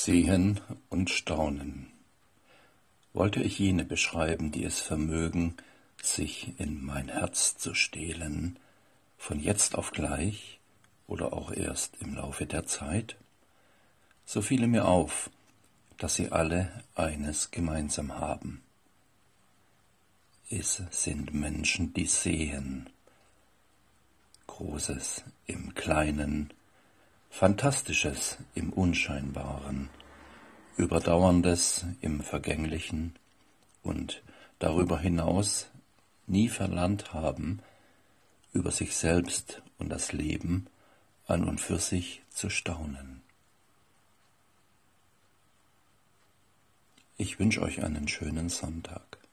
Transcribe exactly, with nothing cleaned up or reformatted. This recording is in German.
Sehen und Staunen. Wollte ich jene beschreiben, die es vermögen, sich in mein Herz zu stehlen, von jetzt auf gleich oder auch erst im Laufe der Zeit, so fiele mir auf, dass sie alle eines gemeinsam haben. Es sind Menschen, die sehen, Großes im Kleinen, Fantastisches im Unscheinbaren, Überdauerndes im Vergänglichen und darüber hinaus nie verlernt haben, über sich selbst und das Leben an und für sich zu staunen. Ich wünsche euch einen schönen Sonntag.